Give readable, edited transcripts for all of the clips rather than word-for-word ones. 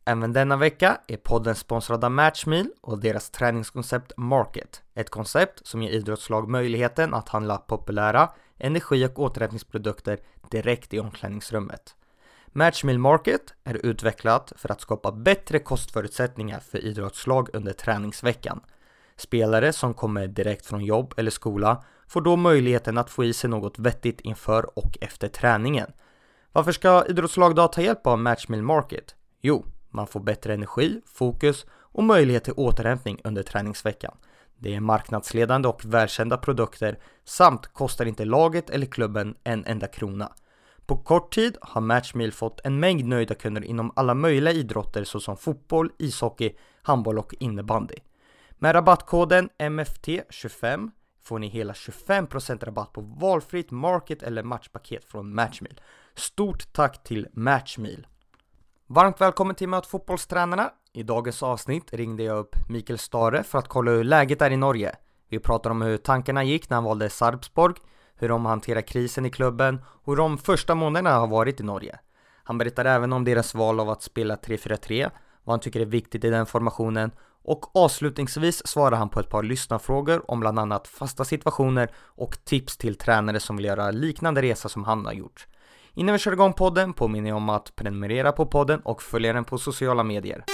Även denna vecka är podden sponsrad av Matchmeal och deras träningskoncept Market. Ett koncept som ger idrottslag möjligheten att handla populära energi- och återhämtningsprodukter direkt i omklädningsrummet. Matchmeal Market är utvecklat för att skapa bättre kostförutsättningar för idrottslag under träningsveckan. Spelare som kommer direkt från jobb eller skola får då möjligheten att få i sig något vettigt inför och efter träningen. Varför ska idrottslag då ta hjälp av Matchmeal Market? Jo, man får bättre energi, fokus och möjlighet till återhämtning under träningsveckan. Det är marknadsledande och välkända produkter samt kostar inte laget eller klubben en enda krona. På kort tid har Matchmeal fått en mängd nöjda kunder inom alla möjliga idrotter såsom fotboll, ishockey, handboll och innebandy. Med rabattkoden MFT25 får ni hela 25% rabatt på valfritt market eller matchpaket från Matchmeal. Stort tack till Matchmeal! Varmt välkommen till Möt fotbollstränarna. I dagens avsnitt ringde jag upp Mikael Stare för att kolla hur läget är i Norge. Vi pratar om hur tankarna gick när han valde Sarpsborg, hur de hanterar krisen i klubben och hur de första månaderna har varit i Norge. Han berättar även om deras val av att spela 3-4-3, vad han tycker är viktigt i den formationen, och avslutningsvis svarar han på ett par lyssnarfrågor om bland annat fasta situationer och tips till tränare som vill göra liknande resa som han har gjort. Innan vi kör igång podden påminner jag om att prenumerera på podden och följa den på sociala medier.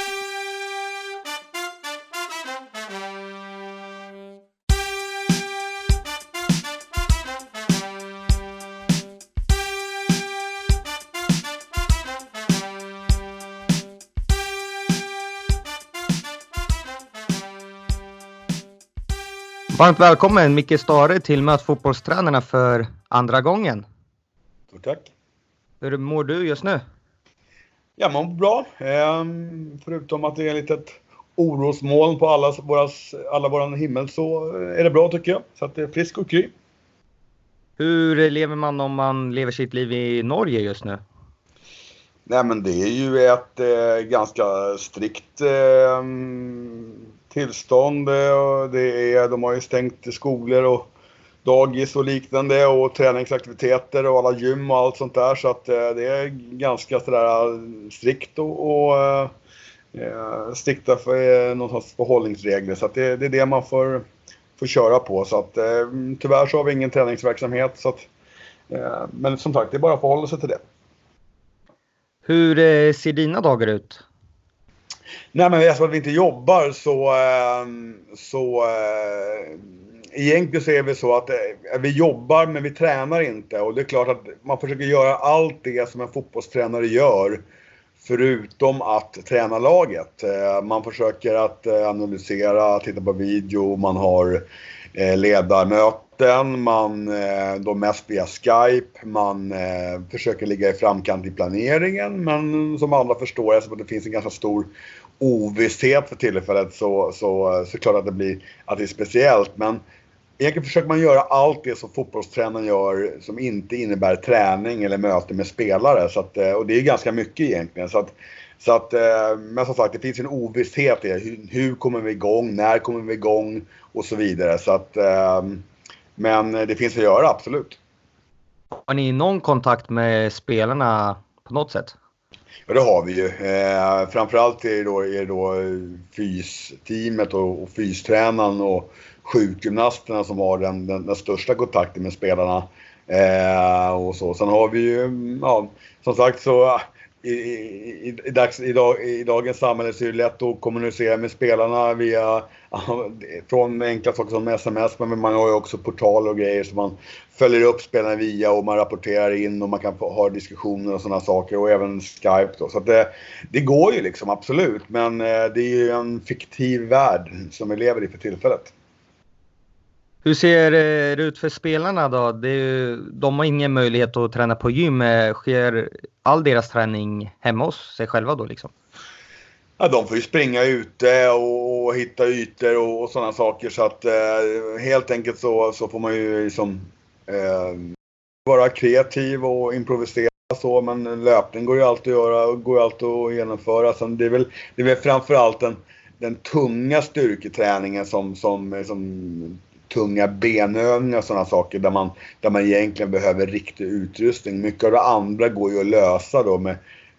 Varmt välkommen Mikael Stare till Möt fotbollstränarna för andra gången. Tack. Hur mår du just nu? Jag mår bra. Förutom att det är lite ett orosmoln på alla våran himmel så är det bra tycker jag. Så att det är frisk och kry. Hur lever man om man lever sitt liv i Norge just nu? Nej men det är ju ett ganska strikt tillstånd. De har ju stängt skolor och dagis och liknande och träningsaktiviteter och alla gym och allt sånt där. Så att det är ganska sådär strikt och strikta för någon sorts förhållningsregler. Så att det är det man får köra på. Så att tyvärr så har vi ingen träningsverksamhet. Så att, men som sagt, det är bara att förhålla sig till det. Hur ser dina dagar ut? Nej men eftersom att vi inte jobbar så egentligen så är det så att vi jobbar men vi tränar inte. Och det är klart att man försöker göra allt det som en fotbollstränare gör förutom att träna laget. Man försöker att analysera, titta på video, man har ledarmöten, de mest via Skype, man försöker ligga i framkant i planeringen. Men som alla förstår, eftersom det finns en ganska stor ovisshet för tillfället så klart att det är speciellt. Men egentligen försöker man göra allt det som fotbollstränaren gör som inte innebär träning eller möte med spelare. Så att, och det är ganska mycket egentligen. Men som sagt, det finns en ovisshet i hur kommer vi igång, när kommer vi igång och så vidare. Så att, men det finns att göra, absolut. Har ni någon kontakt med spelarna på något sätt? Ja, det har vi ju. Framförallt är det då fysteamet och fystränaren och sjukgymnasterna som har den största kontakten med spelarna. Och så. Sen har vi ju, som sagt så i dagens samhälle så är det lätt att kommunicera med spelarna från enkla saker som sms, men man har ju också portaler och grejer som man följer upp spelarna via och man rapporterar in och man kan ha diskussioner och sådana saker och även Skype då. Så att det går ju liksom absolut, men det är ju en fiktiv värld som vi lever i för tillfället. Hur ser det ut för spelarna då? De har ingen möjlighet att träna på gym. Sker all deras träning hemma hos sig själva då liksom? Ja, de får ju springa ute och hitta ytor och sådana saker. Så att helt enkelt så får man ju liksom, vara kreativ och improvisera så. Men löpning går ju alltid att göra och går alltid att genomföra. Så det är väl framförallt den tunga styrketräningen som tunga benövningar och sådana saker där man egentligen behöver riktig utrustning. Mycket av det andra går ju att lösa då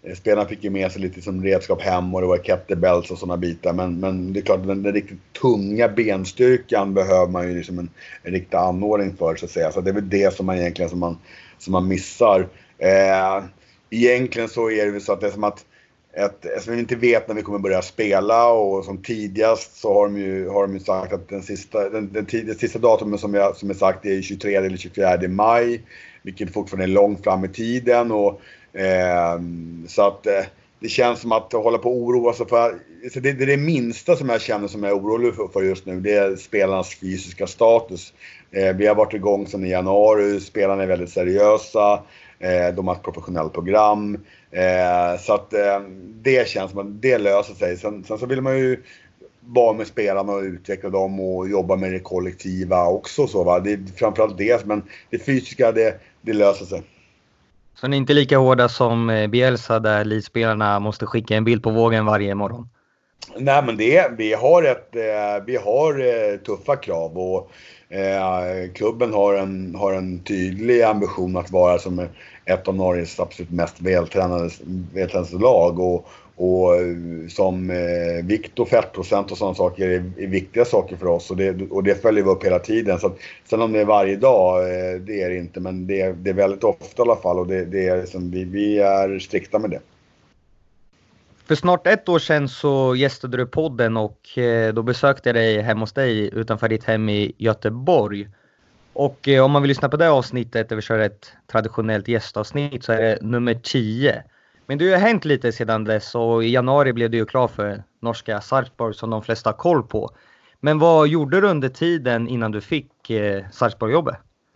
spelarna fick ju med sig lite som redskap hem och det var kettlebells och sådana bitar. Men det är klart, den riktigt tunga benstyrkan behöver man ju liksom en riktig anordning för, så att säga. Så det är väl det som man egentligen som man missar. Egentligen så är det väl så att det är som att eftersom vi inte vet när vi kommer börja spela, och som tidigast så har de ju sagt att det sista datumet som är sagt är 23 eller 24 maj, vilket fortfarande är långt fram i tiden, och så att det känns som att hålla på att oroa sig för, så det är det minsta som jag känner som jag är orolig för just nu, det är spelarnas fysiska status. Vi har varit igång sedan i januari, spelarna är väldigt seriösa, de har ett professionellt program, så att det känns som att det löser sig. Sen så vill man ju vara med spelarna och utveckla dem och jobba med det kollektiva också, så va. Det är framförallt det, men det fysiska det löser sig. Så ni är inte lika hårda som Bielsa där elitspelarna måste skicka en bild på vågen varje morgon? Nej, men vi har tuffa krav, och klubben har en tydlig ambition att vara som ett av Norges absolut mest vältränade lag, och som vikt och fettprocent och sådana saker är viktiga saker för oss, och det följer vi upp hela tiden. Så att, sen om det är varje dag, det är det inte, men det är väldigt ofta i alla fall, och det är liksom, vi är strikta med det. För snart 1 år sedan så gästade du podden, och då besökte jag dig hemma hos dig utanför ditt hem i Göteborg. Och om man vill lyssna på det avsnittet där vi kör ett traditionellt gästavsnitt, så är det nummer 10. Men det har ju hänt lite sedan dess, och i januari blev du ju klar för norska Sarpsborg som de flesta har koll på. Men vad gjorde du under tiden innan du fick Sarpsborg-jobbet?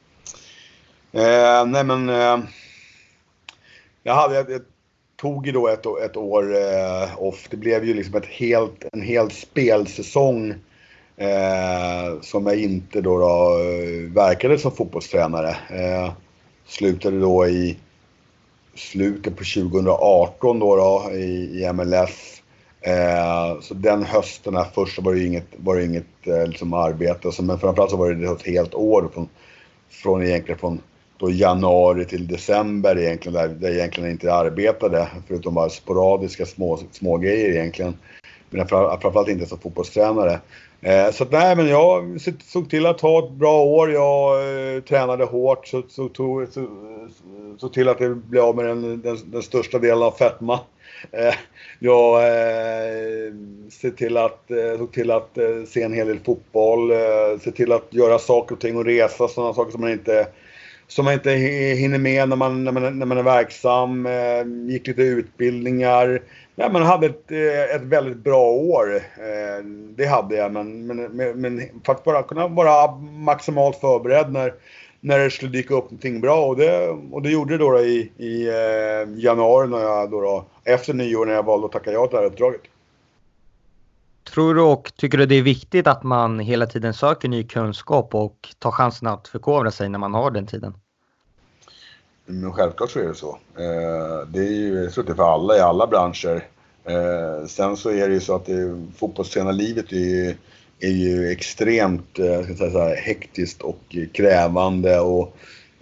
Jag tog ju då ett år off. Det blev ju liksom en hel spelsäsong som jag inte då verkade som fotbollstränare. Slutade då i slutet på 2018 då i MLS. Så den hösten här först var det inget liksom arbete, men framförallt så var det ett helt år från då januari till december egentligen, där jag egentligen inte arbetade, förutom bara sporadiska små grejer egentligen, men framförallt inte som fotbollstränare. Så nej, men jag såg till att ha ett bra år. Jag tränade hårt, såg till att det blev av med den största delen av fetma. Jag såg till att se en hel del fotboll, se till att göra saker och ting och resa, sådana saker som man inte hinner med när man är verksam. Gick lite utbildningar. Ja, man hade ett väldigt bra år. Det hade jag, men för att bara kunna vara maximalt förberedd när det skulle dyka upp någonting bra, och det gjorde det då i januari, när jag då efter nyår, när jag valde att tacka ja till det här uppdraget. Tror du och tycker du det är viktigt att man hela tiden söker ny kunskap och tar chansen att förkovra sig när man har den tiden? Men självklart så är det så. Det är ju så, det är för alla i alla branscher. Sen så är det ju så att fotbollstränarlivet är ju extremt ska säga så här, hektiskt och krävande, och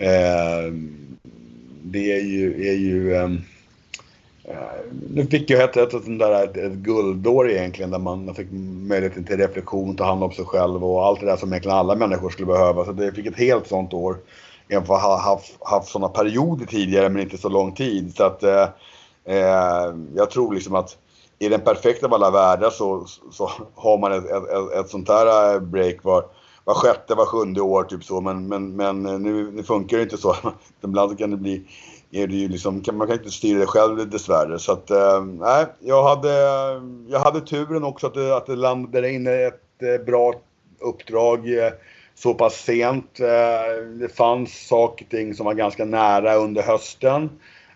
det är ju nu fick jag ett guldår egentligen, där man fick möjligheten till reflektion, ta hand om sig själv och allt det där som egentligen alla människor skulle behöva. Så det fick ett helt sånt år. Jag har haft sådana perioder tidigare, men inte så lång tid. Så att jag tror liksom att i den perfekta av alla världar så har man ett sånt här break var sjätte, var sjunde år typ så. Men nu funkar det inte så. Ibland kan det bli, är det ju liksom, man kan inte styra det själv dessvärre. Så att nej, jag hade turen också att det landade in ett bra uppdrag så pass sent. Det fanns saker och ting som var ganska nära under hösten.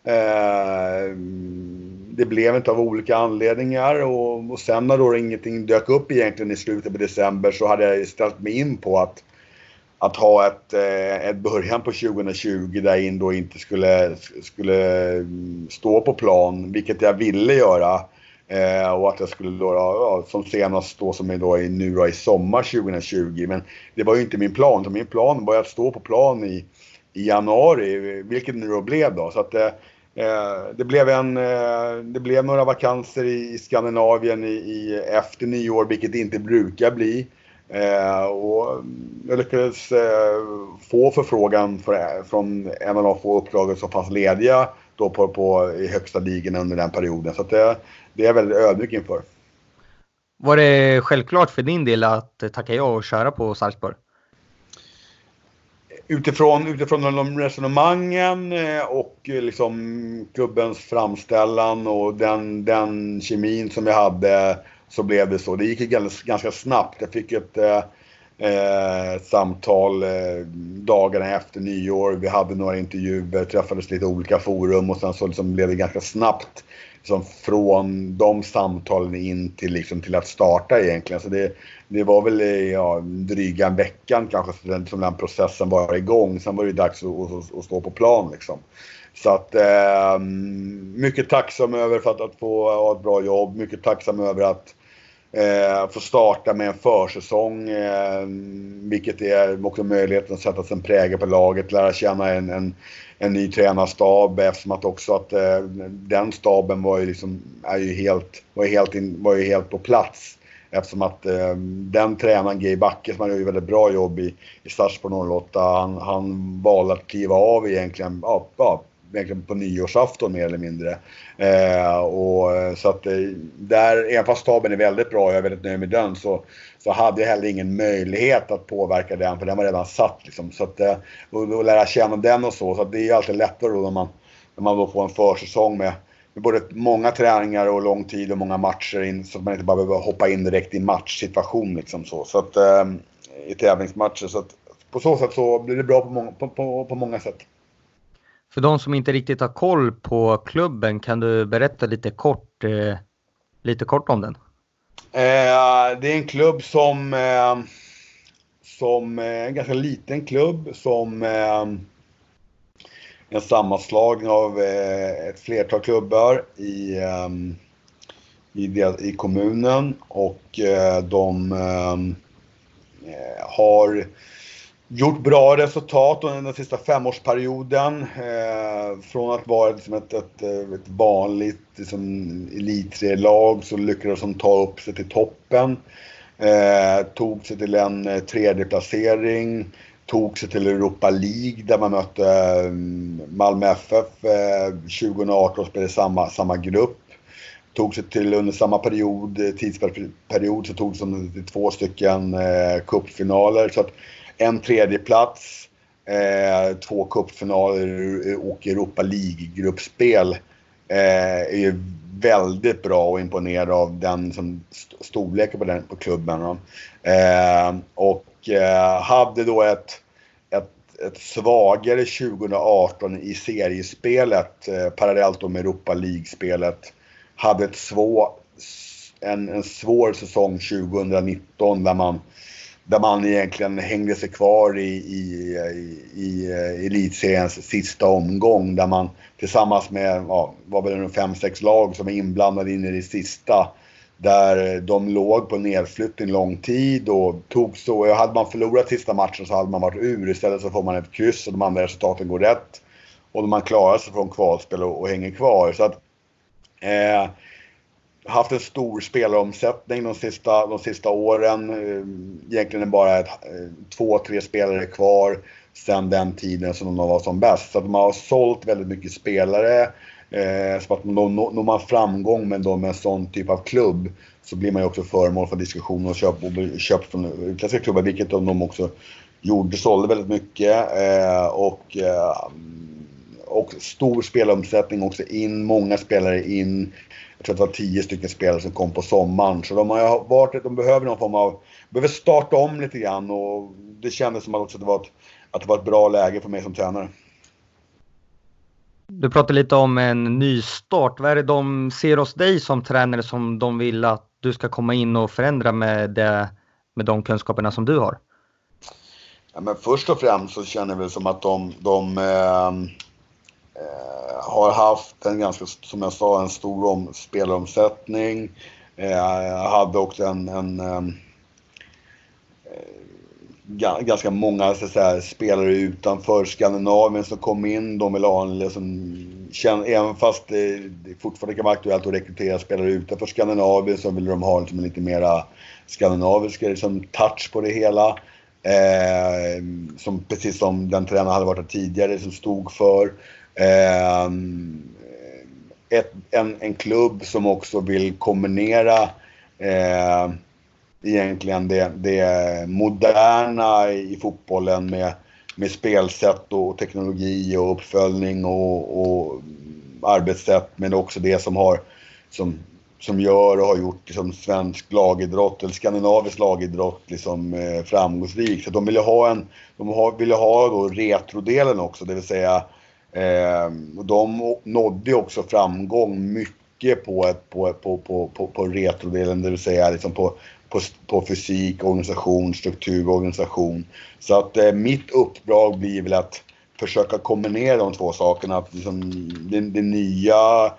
Det blev inte av olika anledningar, och sen när då ingenting dök upp egentligen i slutet på december, så hade jag ställt mig in på att ha ett början på 2020 där in då inte skulle stå på plan, vilket jag ville göra, och att jag skulle då som senast stå som är då nu då i sommar 2020, men det var ju inte min plan. Så min plan var att stå på plan i januari, vilket nu då blev då. Så att Det blev några vakanser i Skandinavien efter nyår, vilket det inte brukar bli. Och jag lyckades få förfrågan från en av de få uppdragen som fanns lediga då i högsta ligan under den perioden. Så att det är jag väldigt ödmjuk inför. Var det självklart för din del att tacka ja och köra på Sarpsborg? Utifrån de resonemangen och liksom klubbens framställan och den kemin som jag hade, så blev det så. Det gick ganska snabbt. Jag fick ett samtal dagarna efter nyår. Vi hade några intervjuer, träffades lite olika forum och sen så liksom blev det ganska snabbt liksom från de samtalen in till att starta egentligen. Så det var väl dryga en veckan kanske som den processen var igång. Sen var det dags att stå på plan liksom. Så att mycket tacksam över för att få ha ett bra jobb. Mycket tacksam över att få starta med en försäsong, vilket är också möjligheten att sätta sin prägel på laget, lära känna en ny tränarstab, eftersom att också att den staben var ju helt på plats, eftersom att den tränaren Gay Backe, som hade gjort ett väldigt bra jobb i Sarpsborg 08, han valde att kliva av egentligen på nyårsafton mer eller mindre. Och så att där, även fast staben är väldigt bra och jag är väldigt nöjd med den, så hade jag heller ingen möjlighet att påverka den, för den var redan satt liksom. Så att och lära känna den och så att det är ju alltid lättare då när man då får en försäsong med både många träningar och lång tid och många matcher in, så att man inte bara behöver hoppa in direkt i matchsituation liksom så att i tävlingsmatcher, så att på så sätt så blir det bra på många sätt. För de som inte riktigt har koll på klubben, kan du berätta lite kort om den? Det är en klubb som en ganska liten klubb, som en sammanslagning av ett flertal klubbar i kommunen, och de har gjort bra resultat under den sista 5-årsperioden. Från att vara liksom ett vanligt liksom, elitserielag, så lyckades de ta upp sig till toppen. Tog sig till en tredje placering. Tog sig till Europa League där man mötte Malmö FF 2018 och spelade samma grupp. Tog sig till under samma tidsperiod så tog sig till 2 cupfinaler. Så att en tredje plats, 2 cupfinaler och Europa League-gruppspel är ju väldigt bra och imponerad av den som storleken på klubben. Och hade då ett svagare 2018 i seriespelet, parallellt med Europa League-spelet. Hade en svår säsong 2019 där man egentligen hängde sig kvar i elitseriens sista omgång, där man tillsammans med var väl 5-6 lag som är inblandade in i det sista, där de låg på nedflyttning lång tid och hade man förlorat sista matchen så hade man varit ur. Istället så får man ett kryss och de andra resultaten går rätt och man klarar sig från kvalspel och hänger kvar. Så att haft en stor spelaromsättning de sista åren. Egentligen är bara 2-3 spelare kvar sedan den tiden som de var som bäst. Så att man har sålt väldigt mycket spelare. Så att når man framgång med en sån typ av klubb, så blir man ju också föremål för diskussion och köp från utländska klubbar, vilket de också gjorde. Sålde väldigt mycket och stor spelomsättning också in. Många spelare in. Jag tror att det var 10 stycken spelare som kom på sommaren. Så de behöver någon form av... behöver starta om lite grann. Och det kändes som att det var ett bra läge för mig som tränare. Du pratade lite om en ny start. Vad är det de ser hos dig som tränare som de vill att du ska komma in och förändra med de kunskaperna som du har? Ja, men först och främst så känner jag väl som att de har haft en ganska, som jag sa, en stor spelaromsättning. Jag hade också ganska många så att säga, spelare utanför Skandinavien som kom in. De vill ha en liksom, även fast det fortfarande kan vara aktuellt att rekrytera spelare utanför Skandinavien, så vill de ha liksom en lite mera skandinaviska liksom, touch på det hela. Som, precis som den tränaren hade varit tidigare som stod för. En klubb som också vill kombinera egentligen det moderna i fotbollen med spelsätt och teknologi och uppföljning och arbetssätt, men också det som gör och har gjort liksom svensk lagidrott eller skandinavisk lagidrott liksom framgångsrik. Så de ville ha då retrodelen också, det vill säga de nådde också framgång mycket på retrodelen, det vill säga liksom på fysik, organisation, struktur, organisation. Så att mitt uppdrag blir väl att försöka kombinera de två sakerna. Att liksom, det nya,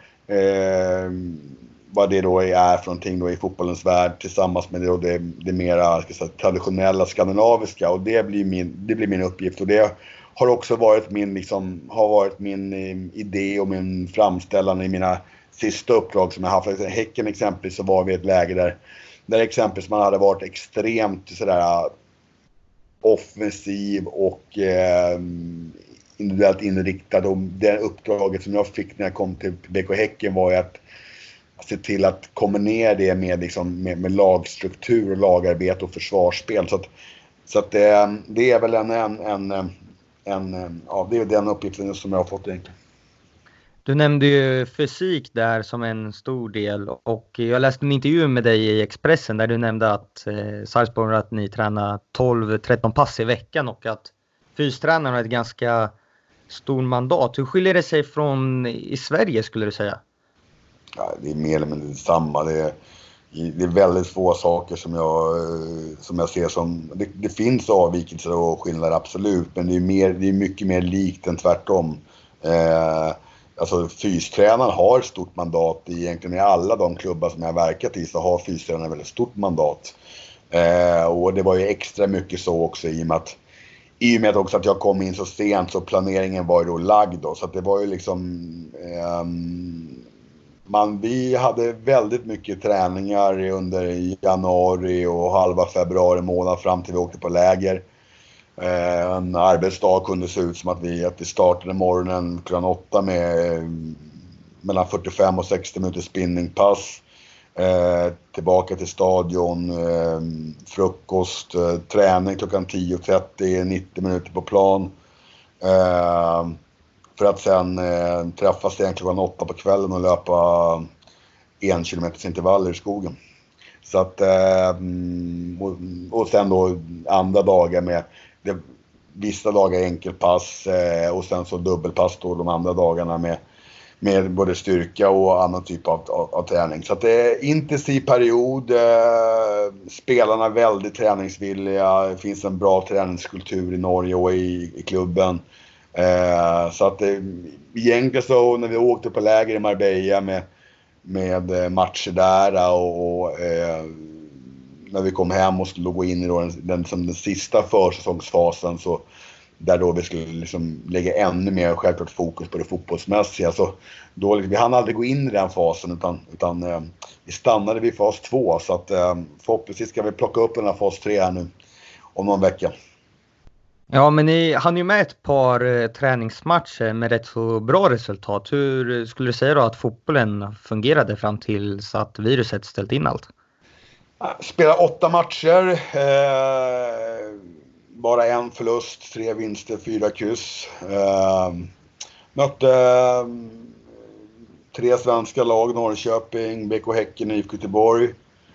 vad det då är för någonting då i fotbollens värld tillsammans med det mera traditionella skandinaviska. Och det blir min uppgift. Och det har också varit min idé och min framställan i mina sista uppdrag som jag haft. Häcken exempelvis, så var vi i ett läge där exempelvis man hade varit extremt sådär offensiv och individuellt inriktad. Och det uppdraget som jag fick när jag kom till BK Häcken var ju att se till att kombinera det med lagstruktur och lagarbete och försvarsspel. Så att det är väl det är den uppgiften som jag har fått egentligen. Du nämnde ju fysik där som en stor del, och jag läste en intervju med dig i Expressen där du nämnde att Sarpsborg, att ni tränar 12-13 pass i veckan och att fystränaren har ett ganska stor mandat. Hur skiljer det sig från i Sverige, skulle du säga? Ja, det är mer eller mindre samma. Det är väldigt få saker som jag ser som... Det finns avvikelser och skillnader, absolut, men det är mycket mer likt än tvärtom. Alltså fystränaren har ett stort mandat egentligen i alla de klubbar som jag har verkat i, så har fystränaren väldigt stort mandat. Och det var ju extra mycket så också i och med också att jag kom in så sent, så planeringen var ju då lagd då, så att det var ju liksom vi hade väldigt mycket träningar under januari och halva februari månad fram till vi åkte på läger. En arbetsdag kunde se ut som att vi startade morgonen klockan 8 med mellan 45 och 60 minuter spinningpass. Tillbaka till stadion, frukost, träning klockan 10:30, 90 minuter på plan. För att sen träffas igen klockan 8 på kvällen och löpa 1 kilometers intervaller i skogen. Så att, och sen då andra dagar med vissa dagar enkelpass och sen så dubbelpass då de andra dagarna med både styrka och annan typ av träning. Så att det är intensiv period, spelarna är väldigt träningsvilliga, det finns en bra träningskultur i Norge och i klubben. Så att egentligen så när vi åkte på läger i Marbella med matcher där och när vi kom hem och skulle gå in i den sista försäsongsfasen, så där då vi skulle liksom lägga ännu mer självklart fokus på det fotbollsmässiga, så då vi hann aldrig gå in i den fasen utan vi stannade vid fas 2, så att förhoppningsvis ska vi plocka upp den här fas 3 här nu om någon vecka. Ja, men ni hann ju med ett par träningsmatcher med rätt så bra resultat. Hur skulle du säga då att fotbollen fungerade fram till så att viruset ställt in allt? Spela 8 matcher, bara en förlust, 3 vinster, 4 kryss. Mötte 3 svenska lag, Norrköping, BK Häcken, IFK Göteborg.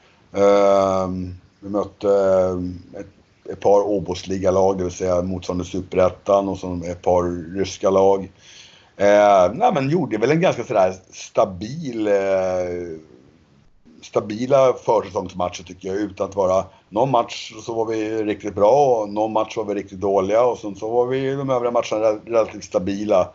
Vi mötte ett par Obosliga-lag, det vill säga motsvarande Superettan, och så ett par ryska lag. Men gjorde väl en ganska sådär stabila försäsongsmatcher tycker jag, utan att vara någon match så var vi riktigt bra och någon match var vi riktigt dåliga, och så var vi de övriga matcherna relativt stabila.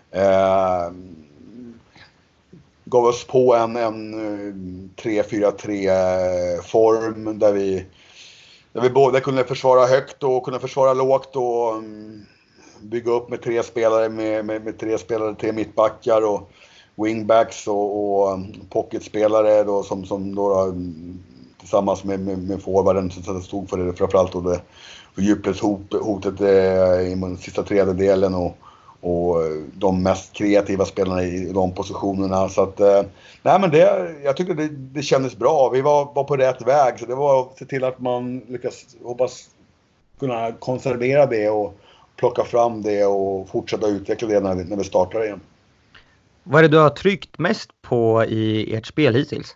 Gav oss på en 3-4-3 form där vi där vi båda kunde försvara högt och kunde försvara lågt och bygga upp med tre spelare med tre spelare, tre mittbackar och wingbacks och pocketspelare då, som då tillsammans med forwarden som stod för det, framförallt då det djupledshotet i den sista tredjedelen och de mest kreativa spelarna i de positionerna. Så att, nej men jag tyckte det kändes bra. Vi var på rätt väg, så det var att se till att man hoppas kunna konservera det och plocka fram det och fortsätta utveckla det när vi startar igen. Vad är det du har tryckt mest på i ert spel hittills?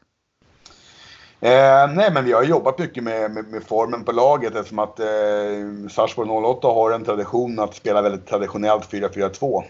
Nej, men vi har jobbat mycket med formen på laget, eftersom att Sarpsborg 08 har en tradition att spela väldigt traditionellt 4-4-2.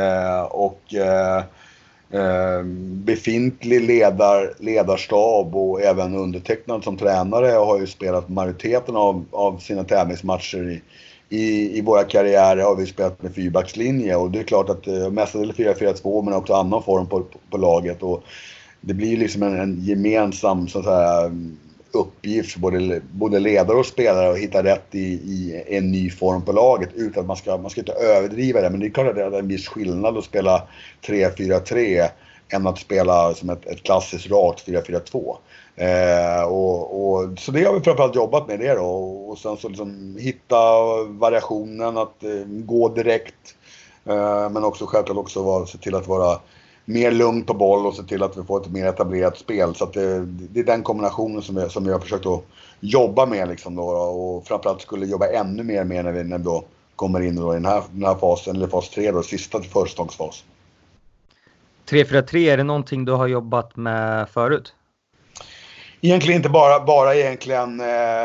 Befintlig ledarstab och även undertecknad som tränare har ju spelat majoriteten av sina tävlingsmatcher i våra karriärer har vi spelat med fyrbackslinje, och det är klart att mestadels 4-4-2 men också annan form på laget, och det blir liksom en gemensam så att säga, uppgift för både ledare och spelare att hitta rätt i en ny form på laget, utan att man ska inte överdriva det, men det är klart att det är en viss skillnad att spela 3-4-3 än att spela som ett klassiskt rakt 4-4-2. Så det har vi framförallt jobbat med det då, och sen så liksom hitta variationen att gå direkt, men också självklart också se till att vara mer lugnt på boll och se till att vi får ett mer etablerat spel. Så att det är den kombinationen som vi har försökt att jobba med liksom då, och framförallt skulle jobba ännu mer med när vi då kommer in då i den här fasen, eller fas 3 då, sista försäsongsfas. 3-4-3, är det någonting du har jobbat med förut? Egentligen inte bara egentligen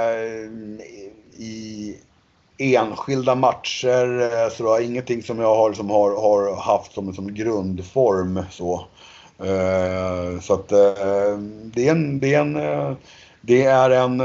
i enskilda matcher, så det är ingenting som jag har haft som grundform så. Så att det är en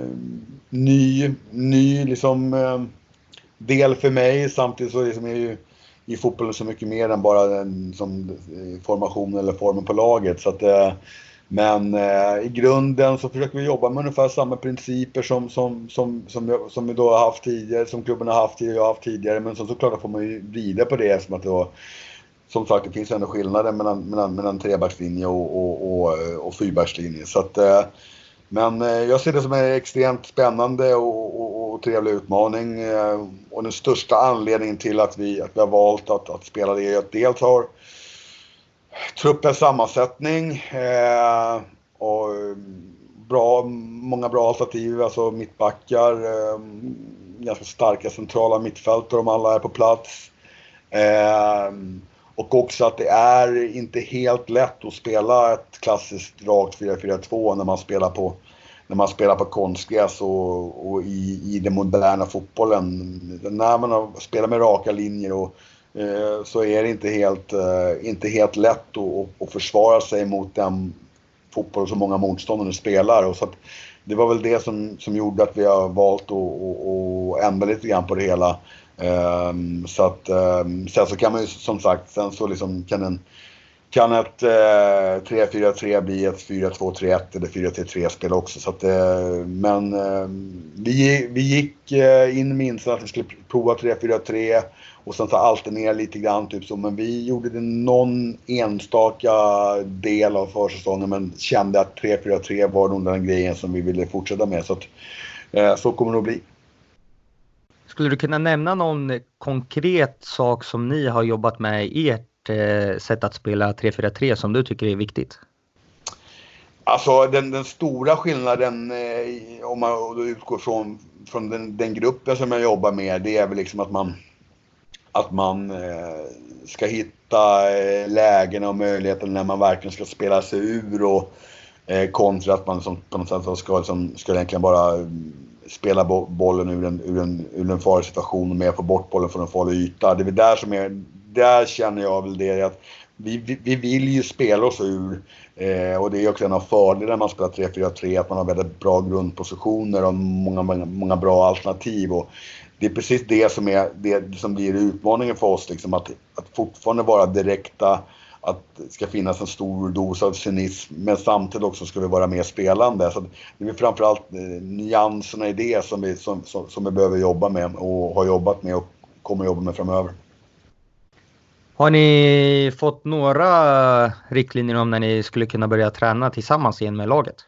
ny liksom del för mig, samtidigt så liksom är ju i fotbollen så mycket mer än bara den som formation eller formen på laget, så att men i grunden så försöker vi jobba med ungefär samma principer som vi då har haft tidigare, som klubben har haft tidigare och haft tidigare, men såklart då får man ju vrida på det, som att då, som sagt, det finns ändå skillnader mellan trebackslinje och fyrbackslinje. Så att, men jag ser det som en extremt spännande och trevlig utmaning, och den största anledningen till att vi har valt att spela det är att dels har truppens sammansättning och många bra alternativ, alltså mittbackar, ganska starka centrala mittfältare om alla är på plats, och också att det är inte helt lätt att spela ett klassiskt rakt 4-4-2 när man spelar på konstgräs och i den moderna fotbollen. När man spelar med raka linjer så är det inte helt lätt att försvara sig mot den fotboll som många motståndare spelar. Och så att det var väl det som gjorde att vi har valt att ändra lite grann på det hela. Så att sen så kan man ju, som sagt, sen så liksom kan ett 3-4-3 bli ett 4-2-3-1 eller 4-3-3 spel också. Så att, men vi gick in minst att vi skulle prova 3-4-3 och sen så alternera lite grann typ så, men vi gjorde det någon enstaka del av försäsongen, men kände att 3-4-3 var nog den grejen som vi ville fortsätta med, så att så kommer det att bli. Skulle du kunna nämna någon konkret sak som ni har jobbat med i ert sätt att spela 3-4-3 som du tycker är viktigt? Alltså den stora skillnaden, om man utgår från den gruppen som jag jobbar med, det är väl liksom att man ska hitta lägen och möjligheter när man verkligen ska spela sig ur, och kontra att man som på något sätt ska egentligen bara spela bollen ur en farlig situation och med få bort bollen från en farlig yta. Det är väl där känner jag väl det, att vi vill ju spela oss ur, och det är också en av fördelarna när man spelar 3-4-3, att man har väldigt bra grundpositioner och många bra alternativ, och det är precis det som blir utmaningen för oss liksom, att fortfarande vara direkta, att det ska finnas en stor dos av cynism, men samtidigt också ska vi vara mer spelande. Så det är framförallt nyanserna i det som vi behöver jobba med och har jobbat med och kommer jobba med framöver. Har ni fått några riktlinjer om när ni skulle kunna börja träna tillsammans igen med laget?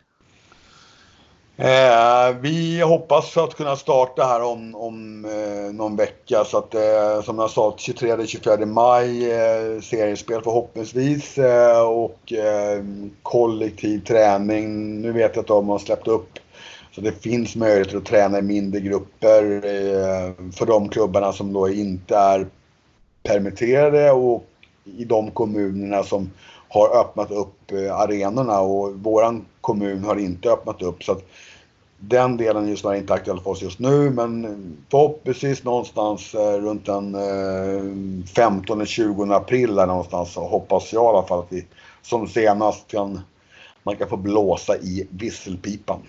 Vi hoppas att kunna starta här om någon vecka, så att som jag sa 23-24 maj seriespel förhoppningsvis och kollektiv träning. Nu vet jag att de har släppt upp så det finns möjlighet att träna i mindre grupper för de klubbarna som då inte är permitterade och i de kommunerna som har öppnat upp arenorna, och våran kommun har inte öppnat upp, så att den delen just nu är inte aktuell för oss just nu, men förhoppningsvis någonstans runt den 15-20 april där någonstans, så hoppas jag i alla fall att vi som senast man kan få blåsa i visselpipan.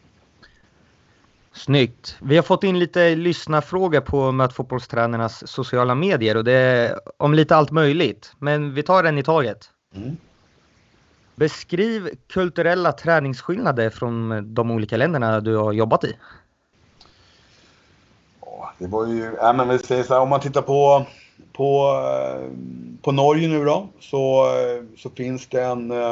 Snyggt. Vi har fått in lite lyssnarfrågor på Mötfotbollstränarnas sociala medier och det är om lite allt möjligt, men vi tar den i taget. Beskriv kulturella träningsskillnader från de olika länderna du har jobbat i. Det var ju, men vi säger så här, om man tittar på Norge nu då, så finns det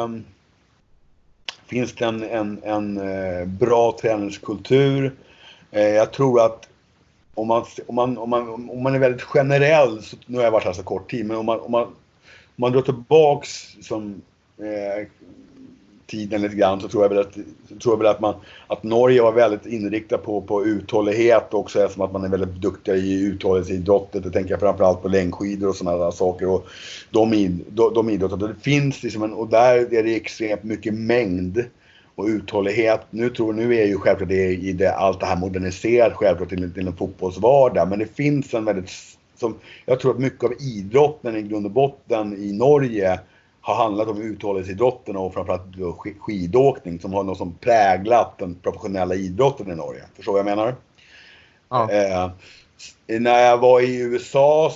en bra träningskultur. Jag tror att om man är väldigt generell, så nu har jag varit här så kort tid, men om man drar tillbaks som tiden lite grann, så tror jag väl att Norge var väldigt inriktad på uthållighet och också, som att man är väldigt duktig i uthållighetsidrottet. Det tänker jag framförallt på längdskidor och sådana där saker, och de idrottar. Det finns liksom och där är det extremt mycket mängd och uthållighet. Nu är ju självklart allt det här moderniserat självklart till en fotbollsvardag, men det finns en väldigt, som jag tror att mycket av idrotten i grund och botten i Norge har handlat om uthållighetsidrotten och framförallt skidåkning, som har något som präglat den professionella idrotten i Norge. Förstår vad jag menar? Ja. När jag var i USA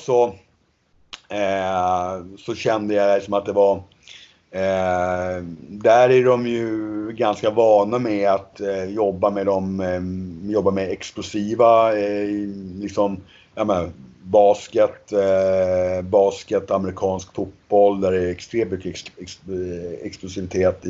så kände jag som att det var där är de ju ganska vana med att jobba med explosiva liksom, basket, amerikansk fotboll, där det är extremt mycket explosivitet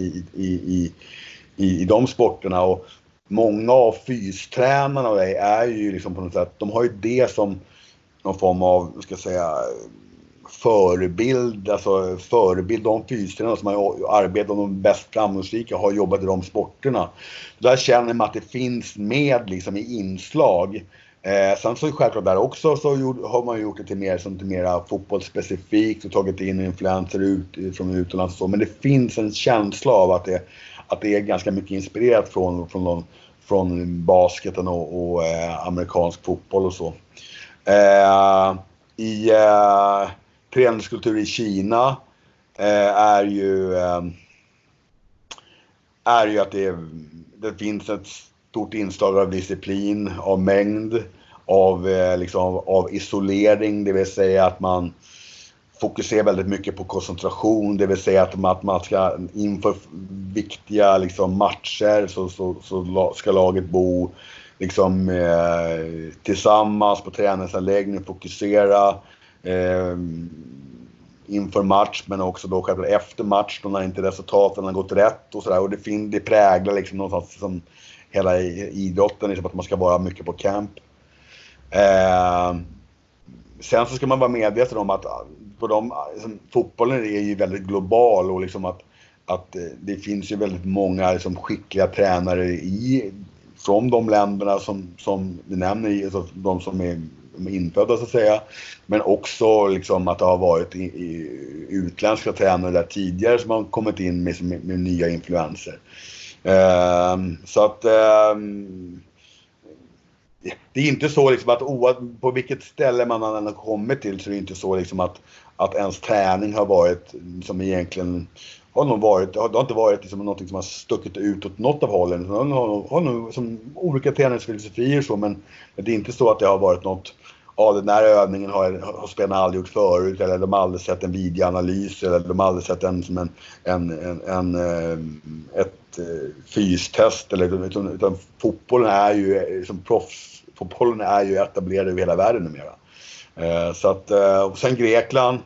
i de sporterna, och många av fystränarna är ju liksom på något sätt, de har ju det som någon form av, ska jag säga, förebild, de fystränarna som har arbetat, de bäst framgångsrika har jobbat i de sporterna. Där känner man att det finns med liksom i inslag. Sen så självklart där också så har man gjort det till mer fotbollsspecifikt och tagit in influenser från utlandet och så, men det finns en känsla av att det är ganska mycket inspirerat från basketen och amerikansk fotboll och så. I träningskultur i Kina är ju att det finns ett stort inslag av disciplin, av mängd, av isolering, det vill säga att man fokuserar väldigt mycket på koncentration, det vill säga att man ska inför viktiga liksom matcher så ska laget bo liksom tillsammans på träningsanläggning, fokusera inför match, men också då självklart efter match då när inte resultaten har gått rätt och sådär, och det präglar liksom någonstans som hela idrotten, liksom att man ska vara mycket på camp. Sen så ska man vara medveten om att liksom, fotbollen är ju väldigt global, och liksom att det finns ju väldigt många liksom, skickliga tränare från de länderna som du nämner, alltså de som är infödda så att säga, men också liksom att det har varit utländska tränare där tidigare som har kommit in med nya influenser. Så att det är inte så liksom att på vilket ställe man har kommit till, så är det inte så liksom att ens träning har varit som egentligen det har inte varit liksom något som har stuckit ut åt något av hållen. Har nog som olika träningsfilosofier så, men det är inte så att det har varit något ja, den här övningen har spelarna aldrig gjort förut, eller de har aldrig sett en videoanalys, eller de har aldrig sett ett fystest, utan fotbollen är ju som proffsfotbollen är ju etablerad över hela världen numera. Så att, och sen Grekland,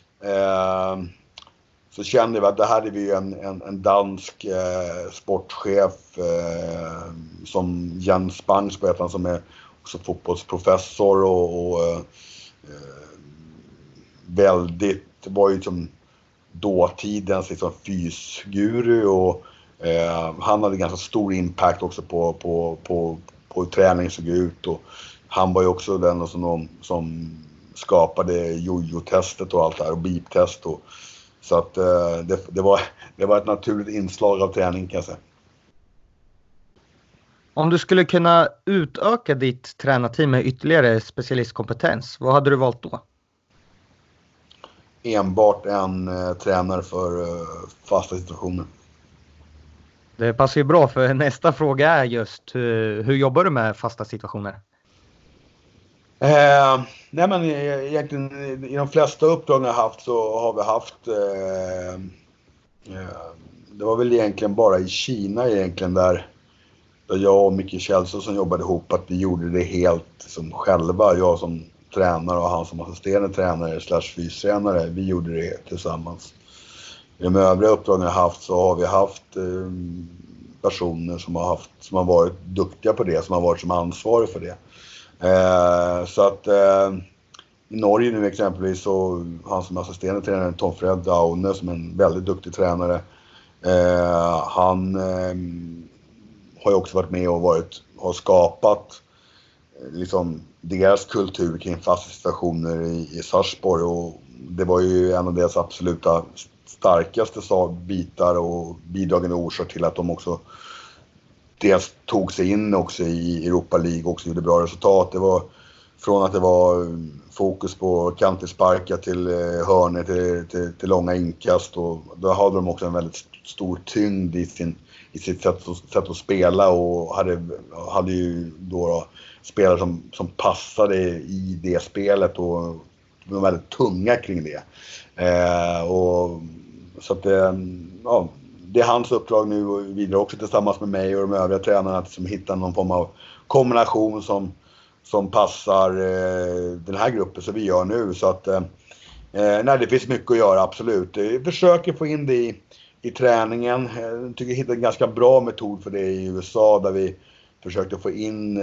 så kände vi att det här är vi en dansk sportchef som Jens Spang, som är också fotbollsprofessor och väldigt, det var ju som dåtidens liksom fysguru, och han hade ganska stor impact också på hur träning såg ut, och han var ju också den som skapade jojo-testet och allt det här, och beep-test, och så att det var ett naturligt inslag av träning, kan jag säga. Om du skulle kunna utöka ditt tränarteam med ytterligare specialistkompetens, vad hade du valt då? Enbart en tränare för fasta situationer. Det passar ju bra, för nästa fråga är just hur jobbar du med fasta situationer? Nej, men egentligen i de flesta uppdrag jag haft så har vi haft det var väl egentligen bara i Kina egentligen där jag och Micke Kjellson som jobbade ihop, att vi gjorde det helt som själva. Jag som tränare och han som assisterande tränare / fystränare, vi gjorde det tillsammans. I de övriga uppdragen jag haft så har vi haft personer som har varit duktiga på det, som har varit som ansvarig för det. Så att i Norge nu exempelvis, så han som assisterande tränare, Tom Fred Daune, som är en väldigt duktig tränare, han har ju också varit med och har skapat liksom deras kultur kring fasta situationer i Sarpsborg, och det var ju en av deras absoluta starkaste bitar och bidragande orsak till att de också dels tog sig in också i Europa League, också gjorde bra resultat. Det var från att det var fokus på kantisparkar till hörnor till långa inkast, och då hade de också en väldigt stor tyngd i sitt sätt att spela, och hade ju då spelare som passade i det spelet, och de var väldigt tunga kring det. Och så att det är hans uppdrag nu och vidare också tillsammans med mig och de övriga tränarna att hitta någon form av kombination som passar den här gruppen som vi gör nu. Så att nej, det finns mycket att göra, absolut. Vi försöker få in det i träningen. Jag tycker jag hittade en ganska bra metod för det i USA, där vi försökte få in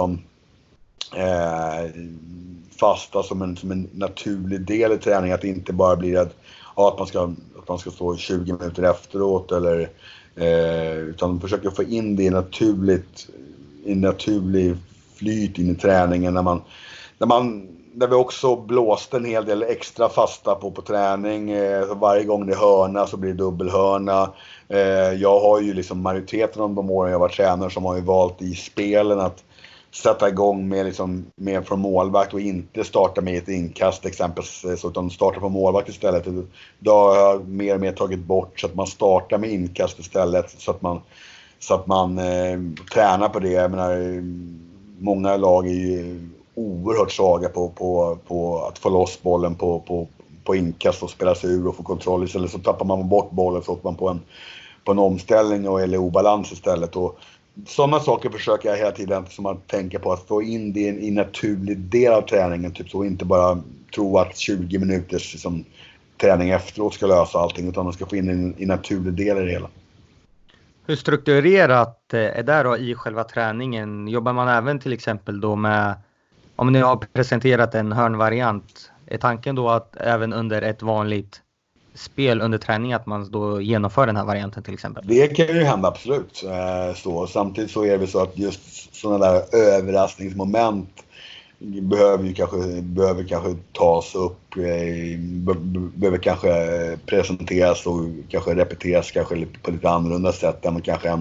fasta som en naturlig del i träningen. Att det inte bara blir att man ska stå 20 minuter efteråt, eller utan försöker få in det i naturlig flyt in i träningen, när vi också blåste en hel del extra fasta på träning. Varje gång det är hörna så blir det dubbelhörna. Jag har ju liksom majoriteten av de åren jag var tränare som har ju valt i spelen att sätta igång med från målvakt och inte starta med ett inkast exempelvis, utan starta på målvakt istället. Då har jag mer och mer tagit bort så att man startar med inkast istället, så att man tränar på det. Jag menar, många lag är ju oerhört svaga på att få loss bollen på inkast och spela sig ur och få kontroll. Istället så tappar man bort bollen, så åker man på en omställning eller obalans istället. Och sådana saker försöker jag hela tiden som att tänka på, att få in det i en naturlig del av träningen. Typ så, inte bara tro att 20 minuters träning efteråt ska lösa allting, utan man ska få in en naturlig del i det hela. Hur strukturerat är det då i själva träningen? Jobbar man även till exempel då med, om ni har presenterat en hörnvariant, är tanken då att även under ett vanligt spel under träning att man då genomför den här varianten till exempel? Det kan ju hända, absolut. Samtidigt så är det så att just sådana där överraskningsmoment behöver kanske tas upp, behöver kanske presenteras och kanske repeteras kanske på lite annorlunda sätt än man kanske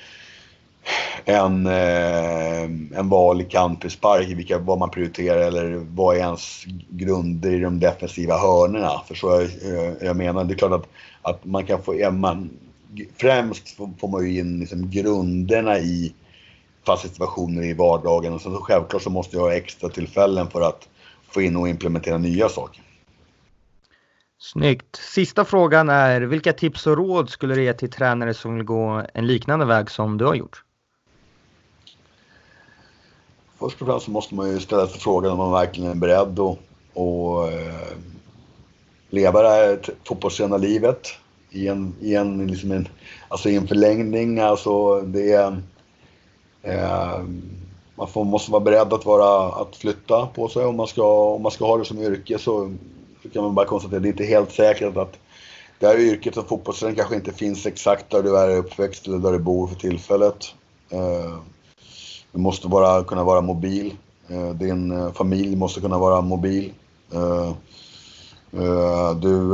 en vanlig counterspark, vad man prioriterar eller vad är ens grunder i de defensiva hörnerna. För så jag menar, det är klart att man kan få, främst får man ju in grunderna i fasta situationer i vardagen. Och så självklart så måste jag ha extra tillfällen för att få in och implementera nya saker. Snyggt. Sista frågan är, vilka tips och råd skulle du ge till tränare som vill gå en liknande väg som du har gjort? Först och främst så måste man ju ställa sig frågan om man verkligen är beredd att leva det här fotbollstränarlivet i en förlängning. Alltså måste vara beredd att flytta på sig om man ska ha det som yrke, så kan man bara konstatera att det är inte helt säkert att det här yrket som fotbollstränare kanske inte finns exakt där du är uppväxt eller där du bor för tillfället. Du måste kunna vara mobil. Din familj måste kunna vara mobil. Du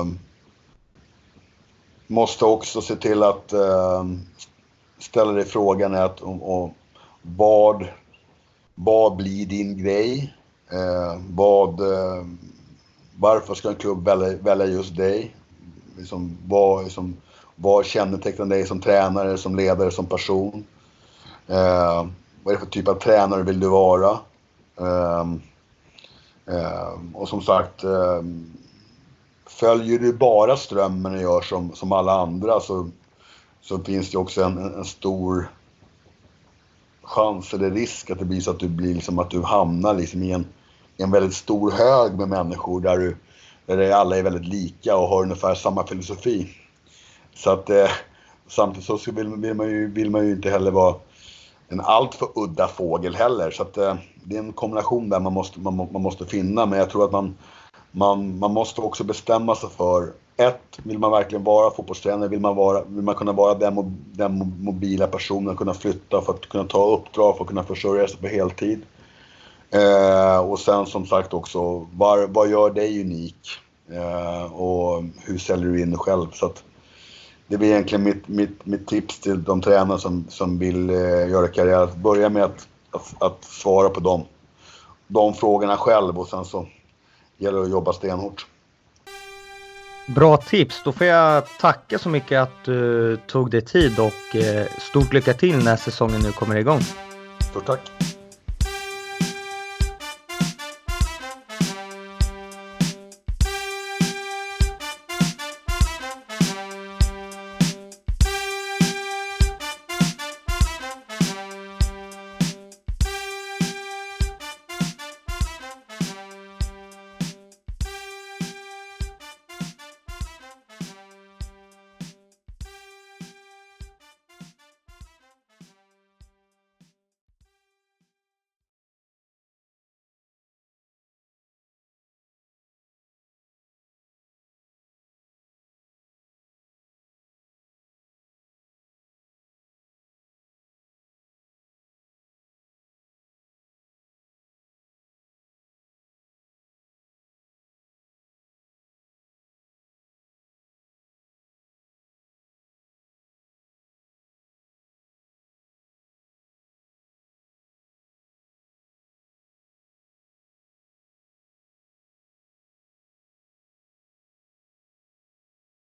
måste också se till att ställa dig frågan vad blir din grej? Varför ska en klubb välja just dig? Vad kännetecknar dig som tränare, som ledare, som person? Vad är det för typ av tränare vill du vara? Och som sagt, följer du bara strömmen och gör som alla andra, så finns det också en stor chans eller risk att det blir så att du blir att du hamnar i en väldigt stor hög med människor där alla är väldigt lika och har ungefär samma filosofi. Så att samtidigt så vill man ju inte heller vara en alltför udda fågel heller, så att det är en kombination där man måste finna. Men jag tror att man måste också bestämma sig för vill man verkligen vara fotbollstränare, vill man kunna vara den mobila personen, kunna flytta för att kunna ta uppdrag, för att kunna försörja sig på heltid. Och sen som sagt också, vad gör dig unik? Och hur säljer du in dig själv? Så att det blir egentligen mitt tips till de tränare som vill göra karriär. Att börja med att svara på de frågorna själv, och sen så gäller det att jobba stenhårt. Bra tips. Då får jag tacka så mycket att du tog dig tid, och stort lycka till när säsongen nu kommer igång. Stort tack.